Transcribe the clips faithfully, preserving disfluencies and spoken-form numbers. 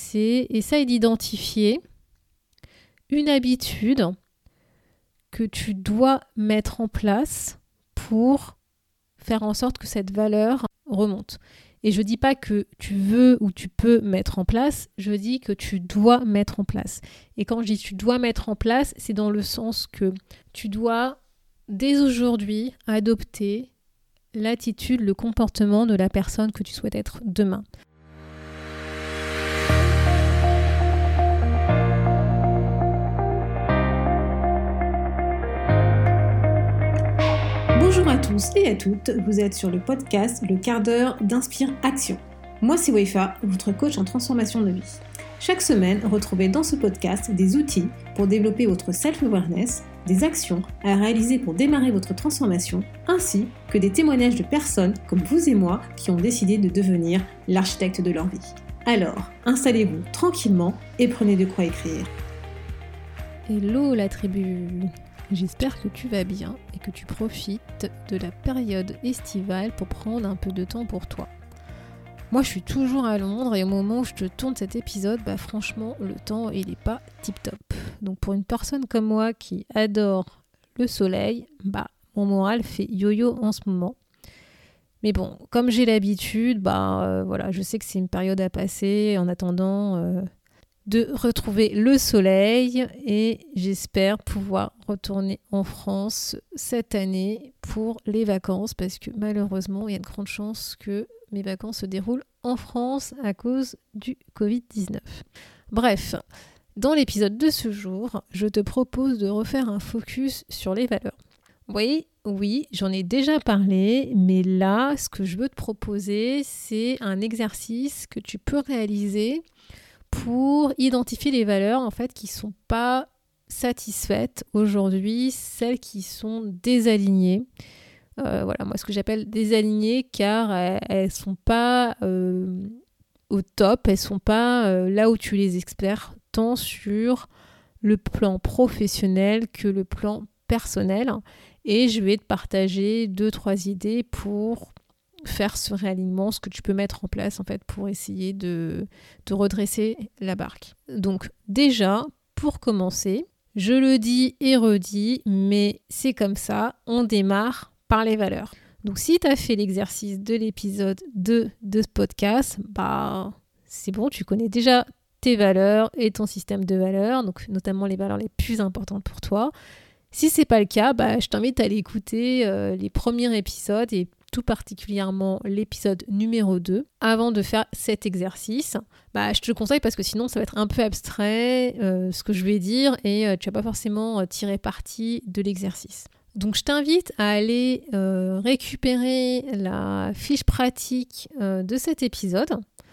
c'est essaye d'identifier une habitude que tu dois mettre en place pour faire en sorte que cette valeur remonte. Et je ne dis pas que tu veux ou tu peux mettre en place, je dis que tu dois mettre en place. Et quand je dis tu dois mettre en place, c'est dans le sens que tu dois, dès aujourd'hui, adopter l'attitude, le comportement de la personne que tu souhaites être demain. Bonjour à tous et à toutes, vous êtes sur le podcast Le quart d'heure d'Inspire Action. Moi c'est Weifa, votre coach en transformation de vie. Chaque semaine, retrouvez dans ce podcast des outils pour développer votre self-awareness, des actions à réaliser pour démarrer votre transformation, ainsi que des témoignages de personnes comme vous et moi qui ont décidé de devenir l'architecte de leur vie. Alors, installez-vous tranquillement et prenez de quoi écrire. Hello la tribu, j'espère que tu vas bien et que tu profites de la période estivale pour prendre un peu de temps pour toi. Moi je suis toujours à Londres et au moment où je te tourne cet épisode, bah franchement le temps il est pas tip top. Donc pour une personne comme moi qui adore le soleil, bah mon moral fait yo-yo en ce moment. Mais bon, comme j'ai l'habitude, bah euh, voilà, je sais que c'est une période à passer en attendant euh, de retrouver le soleil et j'espère pouvoir retourner en France cette année pour les vacances parce que malheureusement, il y a de grandes chances que mes vacances se déroulent en France à cause du covid dix-neuf. Bref, dans l'épisode de ce jour, je te propose de refaire un focus sur les valeurs. Vous voyez, oui, j'en ai déjà parlé, mais là, ce que je veux te proposer, c'est un exercice que tu peux réaliser pour identifier les valeurs en fait qui ne sont pas satisfaites aujourd'hui, celles qui sont désalignées. Euh, voilà, moi ce que j'appelle désalignées car elles ne sont pas euh, au top, elles ne sont pas euh, là où tu les espères, tant sur le plan professionnel que le plan personnel. Et je vais te partager deux, trois idées pour faire ce réalignement, ce que tu peux mettre en place en fait pour essayer de, de redresser la barque. Donc déjà, pour commencer, je le dis et redis, mais c'est comme ça, on démarre par les valeurs. Donc si tu as fait l'exercice de l'épisode deux de ce podcast, bah c'est bon, tu connais déjà tes valeurs et ton système de valeurs, donc notamment les valeurs les plus importantes pour toi. Si c'est pas le cas, bah, je t'invite à aller écouter euh, les premiers épisodes et tout particulièrement l'épisode numéro deux avant de faire cet exercice. Bah, je te le conseille parce que sinon ça va être un peu abstrait euh, ce que je vais dire et euh, tu vas pas forcément euh, tirer parti de l'exercice. Donc je t'invite à aller euh, récupérer la fiche pratique euh, de cet épisode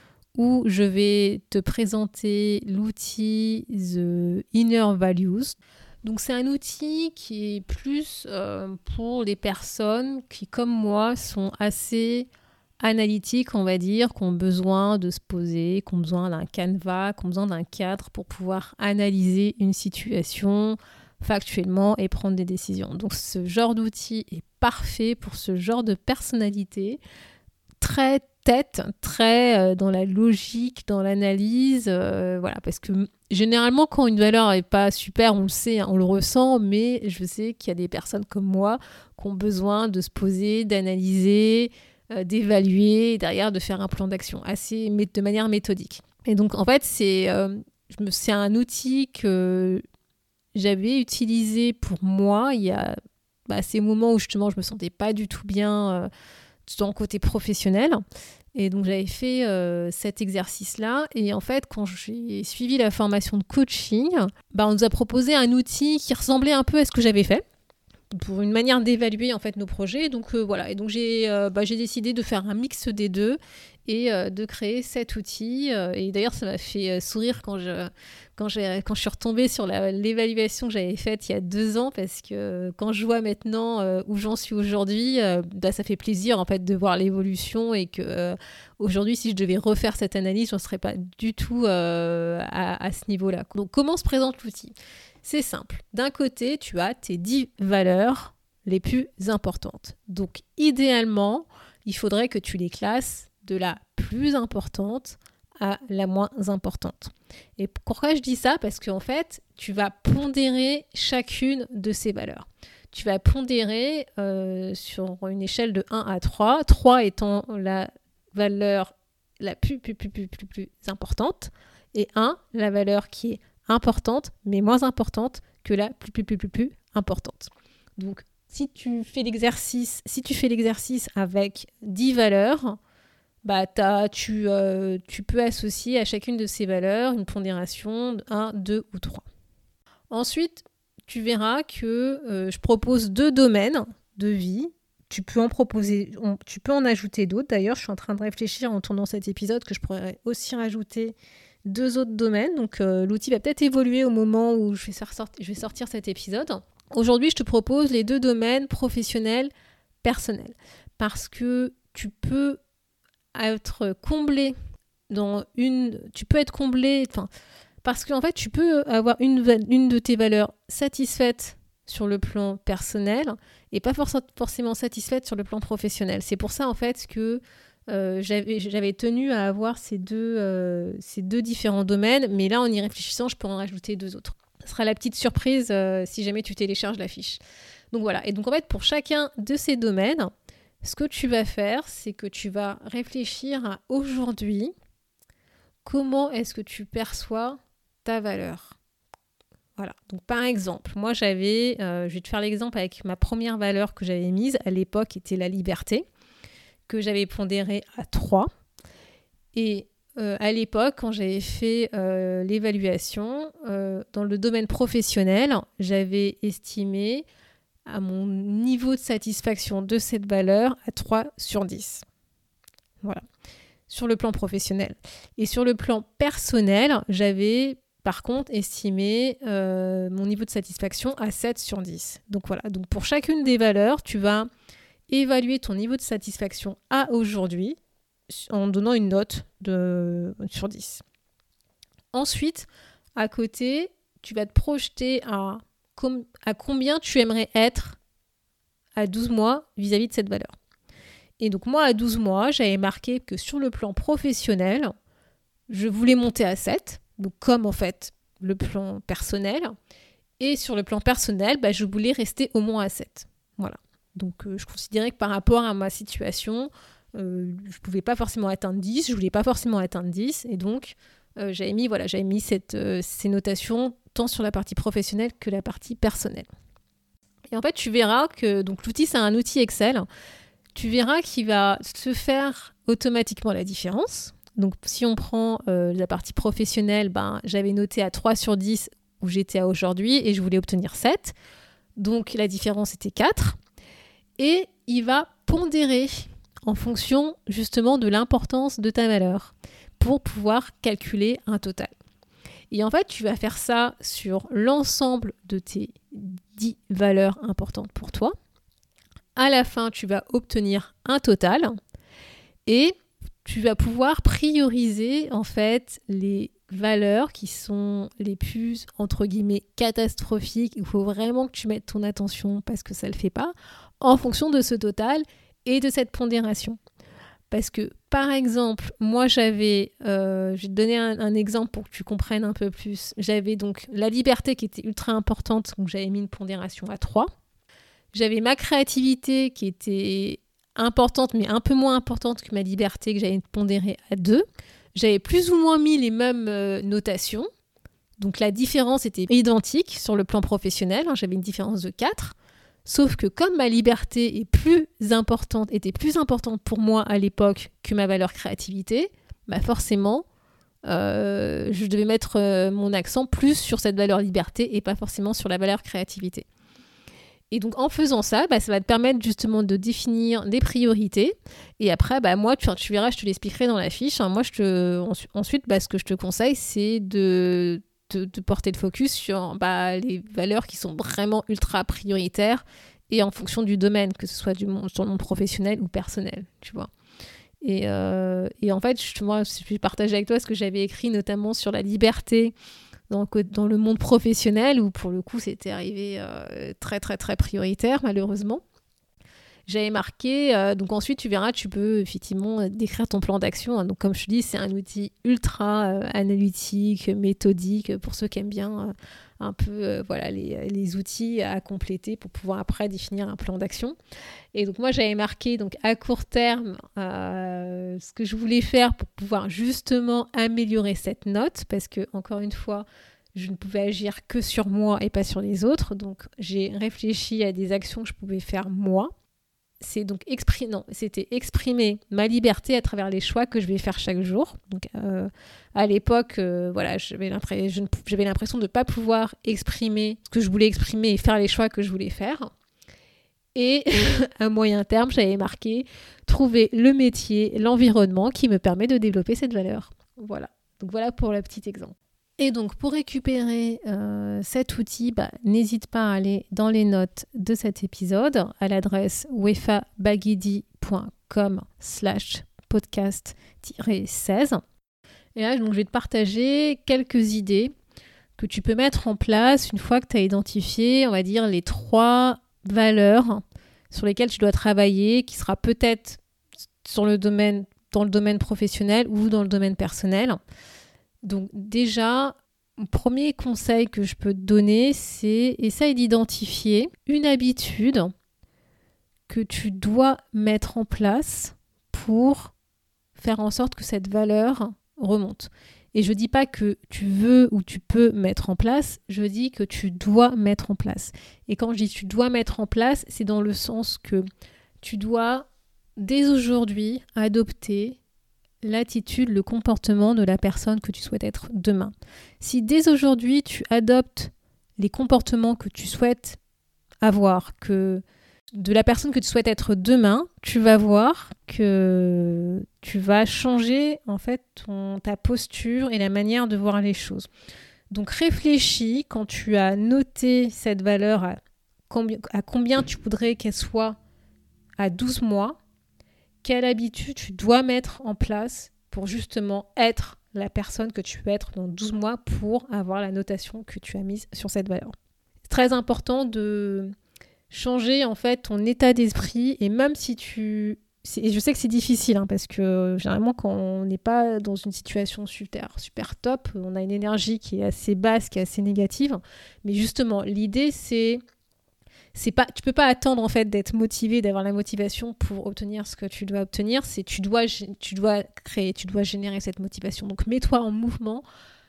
où je vais te présenter l'outil The Inner Values. Donc c'est un outil qui est plus euh, pour les personnes qui, comme moi, sont assez analytiques, on va dire, qui ont besoin de se poser, qui ont besoin d'un canevas, qui ont besoin d'un cadre pour pouvoir analyser une situation factuellement et prendre des décisions. Donc ce genre d'outil est parfait pour ce genre de personnalité, très tête, très euh, dans la logique, dans l'analyse, euh, voilà, parce que généralement quand une valeur n'est pas super, on le sait, hein, on le ressent, mais je sais qu'il y a des personnes comme moi qui ont besoin de se poser, d'analyser, euh, d'évaluer, et derrière de faire un plan d'action assez de manière méthodique. Et donc en fait c'est, euh, je me, c'est un outil que j'avais utilisé pour moi il y a bah, ces moments où justement je me sentais pas du tout bien euh, dans le côté professionnel. Et donc j'avais fait euh, cet exercice-là. Et en fait, quand j'ai suivi la formation de coaching, bah, on nous a proposé un outil qui ressemblait un peu à ce que j'avais fait, pour une manière d'évaluer en fait nos projets. Donc euh, voilà. Et donc j'ai, euh, bah, j'ai décidé de faire un mix des deux et euh, de créer cet outil. Euh, et d'ailleurs, ça m'a fait euh, sourire quand je, quand, j'ai, quand je suis retombée sur la, l'évaluation que j'avais faite il y a deux ans, parce que euh, quand je vois maintenant euh, où j'en suis aujourd'hui, euh, bah, ça fait plaisir en fait de voir l'évolution et que euh, aujourd'hui, si je devais refaire cette analyse, je ne serais pas du tout euh, à, à ce niveau-là. Donc, comment se présente l'outil ? C'est simple. D'un côté, tu as tes dix valeurs les plus importantes. Donc, idéalement, il faudrait que tu les classes de la plus importante à la moins importante. Et pourquoi je dis ça ? Parce qu'en fait, tu vas pondérer chacune de ces valeurs. Tu vas pondérer euh, sur une échelle de un à trois, trois étant la valeur la plus, plus, plus, plus, plus, plus importante, et un, la valeur qui est importante, mais moins importante que la plus, plus, plus, plus, plus importante. Donc, si tu fais l'exercice, si tu fais l'exercice avec dix valeurs, bah, tu, euh, tu peux associer à chacune de ces valeurs une pondération de un, deux ou trois. Ensuite, tu verras que euh, je propose deux domaines de vie. Tu peux en proposer, on, tu peux en ajouter d'autres. D'ailleurs, je suis en train de réfléchir en tournant cet épisode que je pourrais aussi rajouter deux autres domaines. Donc, euh, l'outil va peut-être évoluer au moment où je vais, sortir, je vais sortir cet épisode. Aujourd'hui, je te propose les deux domaines professionnels, personnels. Parce que tu peux être comblé dans une... Tu peux être comblé... Enfin, parce qu'en fait, tu peux avoir une, une de tes valeurs satisfaites sur le plan personnel et pas for- forcément satisfaite sur le plan professionnel. C'est pour ça, en fait, que euh, j'avais, j'avais tenu à avoir ces deux, euh, ces deux différents domaines. Mais là, en y réfléchissant, je peux en rajouter deux autres. Ce sera la petite surprise euh, si jamais tu télécharges la fiche. Donc voilà. Et donc, en fait, pour chacun de ces domaines, ce que tu vas faire, c'est que tu vas réfléchir à aujourd'hui, comment est-ce que tu perçois ta valeur. Voilà. Donc, par exemple, moi, j'avais, euh, je vais te faire l'exemple avec ma première valeur que j'avais mise à l'époque, était la liberté, que j'avais pondérée à trois. Et euh, à l'époque, quand j'avais fait euh, l'évaluation, euh, dans le domaine professionnel, j'avais estimé à mon niveau de satisfaction de cette valeur à trois sur dix. Voilà. Sur le plan professionnel. Et sur le plan personnel, j'avais par contre estimé euh, mon niveau de satisfaction à sept sur dix. Donc voilà, donc pour chacune des valeurs, tu vas évaluer ton niveau de satisfaction à aujourd'hui en donnant une note de sur dix. Ensuite, à côté, tu vas te projeter à, com- à combien tu aimerais être à douze mois vis-à-vis de cette valeur. Et donc moi, à douze mois, j'avais marqué que sur le plan professionnel, je voulais monter à sept. Donc comme en fait le plan personnel, et sur le plan personnel, bah, je voulais rester au moins à sept. Voilà. Donc euh, je considérais que par rapport à ma situation, euh, je ne pouvais pas forcément atteindre dix, je ne voulais pas forcément atteindre dix, et donc euh, j'avais mis, voilà, j'avais mis cette, euh, ces notations tant sur la partie professionnelle que la partie personnelle. Et en fait, tu verras que donc, l'outil, c'est un outil Excel, tu verras qu'il va se faire automatiquement la différence. Donc, si on prend euh, la partie professionnelle, ben, j'avais noté à trois sur dix où j'étais à aujourd'hui et je voulais obtenir sept. Donc, la différence était quatre. Et il va pondérer en fonction justement de l'importance de ta valeur pour pouvoir calculer un total. Et en fait, tu vas faire ça sur l'ensemble de tes dix valeurs importantes pour toi. À la fin, tu vas obtenir un total et tu vas pouvoir prioriser en fait les valeurs qui sont les plus, entre guillemets, catastrophiques. Il faut vraiment que tu mettes ton attention parce que ça ne le fait pas, en fonction de ce total et de cette pondération. Parce que, par exemple, moi j'avais, euh, je vais te donner un, un exemple pour que tu comprennes un peu plus. J'avais donc la liberté qui était ultra importante, donc j'avais mis une pondération à trois. J'avais ma créativité qui était importante, mais un peu moins importante que ma liberté, que j'avais pondérée à deux. J'avais plus ou moins mis les mêmes euh, notations. Donc la différence était identique sur le plan professionnel. Hein, j'avais une différence de quatre. Sauf que comme ma liberté est plus importante, était plus importante pour moi à l'époque que ma valeur créativité, bah forcément, euh, je devais mettre euh, mon accent plus sur cette valeur liberté et pas forcément sur la valeur créativité. Et donc, en faisant ça, bah, ça va te permettre justement de définir des priorités. Et après, bah, moi, tu, tu verras, je te l'expliquerai dans la fiche. Hein. Moi, je te, ensuite, bah, ce que je te conseille, c'est de, de, de porter le focus sur bah, les valeurs qui sont vraiment ultra prioritaires et en fonction du domaine, que ce soit du monde, sur le monde professionnel ou personnel, tu vois. Et, euh, et en fait, je, moi, je vais partager avec toi ce que j'avais écrit, notamment sur la liberté Dans, dans le monde professionnel où pour le coup c'était arrivé euh, très très très prioritaire malheureusement. j'avais marqué, euh, donc ensuite tu verras, tu peux effectivement décrire ton plan d'action. Hein. Donc comme je te dis, c'est un outil ultra euh, analytique, méthodique, pour ceux qui aiment bien euh, un peu euh, voilà, les, les outils à compléter pour pouvoir après définir un plan d'action. Et donc moi j'avais marqué donc, à court terme euh, ce que je voulais faire pour pouvoir justement améliorer cette note, parce que encore une fois, je ne pouvais agir que sur moi et pas sur les autres. Donc, j'ai réfléchi à des actions que je pouvais faire moi. C'est donc expri- non, c'était exprimer ma liberté à travers les choix que je vais faire chaque jour. Donc, euh, à l'époque, euh, voilà, j'avais, l'impression, je ne, j'avais l'impression de ne pas pouvoir exprimer ce que je voulais exprimer et faire les choix que je voulais faire. Et à moyen terme, j'avais marqué trouver le métier, l'environnement qui me permet de développer cette valeur. Voilà. Donc, voilà pour le petit exemple. Et donc, pour récupérer euh, cet outil, bah, n'hésite pas à aller dans les notes de cet épisode à l'adresse wefabagidi.com slash podcast seize. Et là, donc, je vais te partager quelques idées que tu peux mettre en place une fois que tu as identifié, on va dire, les trois valeurs sur lesquelles tu dois travailler, qui sera peut-être sur le domaine, dans le domaine professionnel ou dans le domaine personnel. Donc déjà, le premier conseil que je peux te donner, c'est essaye d'identifier une habitude que tu dois mettre en place pour faire en sorte que cette valeur remonte. Et je ne dis pas que tu veux ou tu peux mettre en place, je dis que tu dois mettre en place. Et quand je dis tu dois mettre en place, c'est dans le sens que tu dois, dès aujourd'hui, adopter l'attitude, le comportement de la personne que tu souhaites être demain. Si dès aujourd'hui, tu adoptes les comportements que tu souhaites avoir, que de la personne que tu souhaites être demain, tu vas voir que tu vas changer en fait ton, ta posture et la manière de voir les choses. Donc réfléchis quand tu as noté cette valeur à combien, à combien tu voudrais qu'elle soit à douze mois. Quelle habitude tu dois mettre en place pour justement être la personne que tu peux être dans douze mois pour avoir la notation que tu as mise sur cette valeur. C'est très important de changer en fait ton état d'esprit, et même si tu... Et je sais que c'est difficile hein, parce que généralement quand on n'est pas dans une situation super, super top, on a une énergie qui est assez basse, qui est assez négative. Mais justement, l'idée c'est... C'est pas, tu peux pas attendre en fait d'être motivé, d'avoir la motivation pour obtenir ce que tu dois obtenir. C'est tu dois, tu dois créer, tu dois générer cette motivation. Donc mets-toi en mouvement,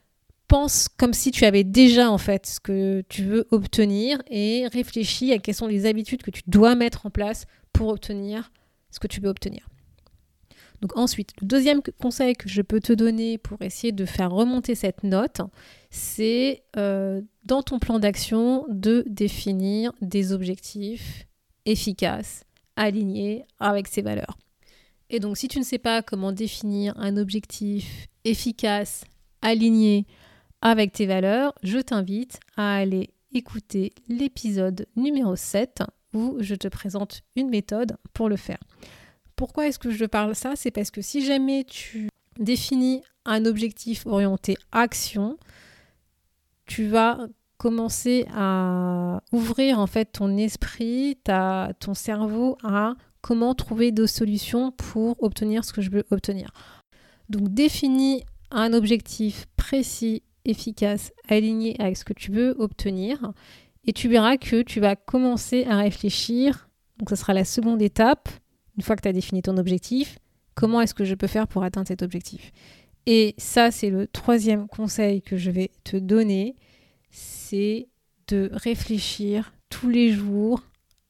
pense comme si tu avais déjà en fait ce que tu veux obtenir et réfléchis à quelles sont les habitudes que tu dois mettre en place pour obtenir ce que tu veux obtenir. Donc ensuite, le deuxième conseil que je peux te donner pour essayer de faire remonter cette note, c'est euh, dans ton plan d'action de définir des objectifs efficaces, alignés avec ces valeurs. Et donc si tu ne sais pas comment définir un objectif efficace, aligné avec tes valeurs, je t'invite à aller écouter l'épisode numéro sept où je te présente une méthode pour le faire. Pourquoi est-ce que je te parle de ça ? C'est parce que si jamais tu définis un objectif orienté action, tu vas commencer à ouvrir en fait ton esprit, ta, ton cerveau à comment trouver des solutions pour obtenir ce que je veux obtenir. Donc définis un objectif précis, efficace, aligné avec ce que tu veux obtenir, et tu verras que tu vas commencer à réfléchir. Donc ça sera la seconde étape. Une fois que tu as défini ton objectif, comment est-ce que je peux faire pour atteindre cet objectif ? Et ça, c'est le troisième conseil que je vais te donner, c'est de réfléchir tous les jours,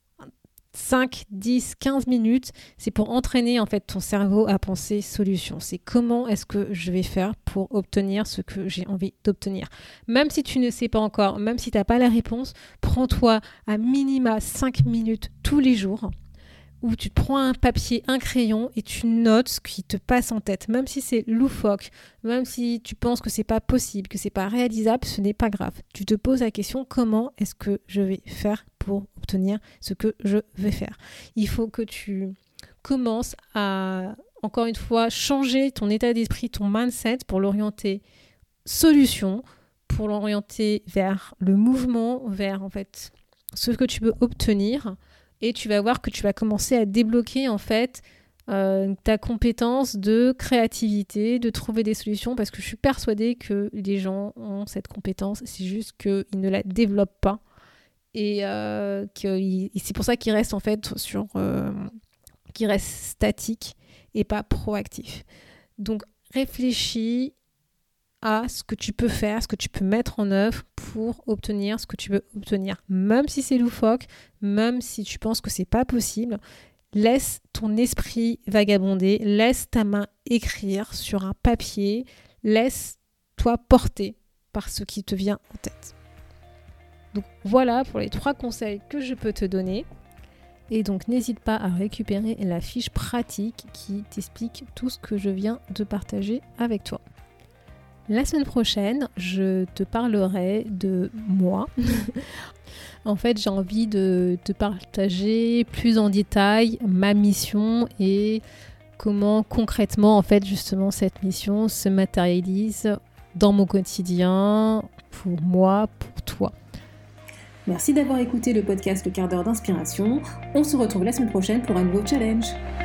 cinq, dix, quinze minutes, c'est pour entraîner en fait ton cerveau à penser solution. C'est comment est-ce que je vais faire pour obtenir ce que j'ai envie d'obtenir. Même si tu ne sais pas encore, même si tu n'as pas la réponse, prends-toi à minima cinq minutes tous les jours, où tu te prends un papier, un crayon et tu notes ce qui te passe en tête. Même si c'est loufoque, même si tu penses que c'est pas possible, que c'est pas réalisable, ce n'est pas grave. Tu te poses la question, comment est-ce que je vais faire pour obtenir ce que je vais faire ? Il faut que tu commences à, encore une fois, changer ton état d'esprit, ton mindset pour l'orienter solution, pour l'orienter vers le mouvement, vers en fait ce que tu veux obtenir, et tu vas voir que tu vas commencer à débloquer en fait euh, ta compétence de créativité, de trouver des solutions, parce que je suis persuadée que les gens ont cette compétence, c'est juste qu'ils ne la développent pas et, euh, et c'est pour ça qu'ils restent en fait sur, euh, qu'ils restent statiques et pas proactifs. Donc réfléchis à ce que tu peux faire, ce que tu peux mettre en œuvre pour obtenir ce que tu veux obtenir. Même si c'est loufoque, même si tu penses que c'est pas possible, laisse ton esprit vagabonder, laisse ta main écrire sur un papier, laisse-toi porter par ce qui te vient en tête. Donc voilà pour les trois conseils que je peux te donner. Et donc n'hésite pas à récupérer la fiche pratique qui t'explique tout ce que je viens de partager avec toi. La semaine prochaine, je te parlerai de moi. En fait, j'ai envie de te partager plus en détail ma mission et comment concrètement, en fait, justement, cette mission se matérialise dans mon quotidien, pour moi, pour toi. Merci d'avoir écouté le podcast Le quart d'heure d'inspiration. On se retrouve la semaine prochaine pour un nouveau challenge.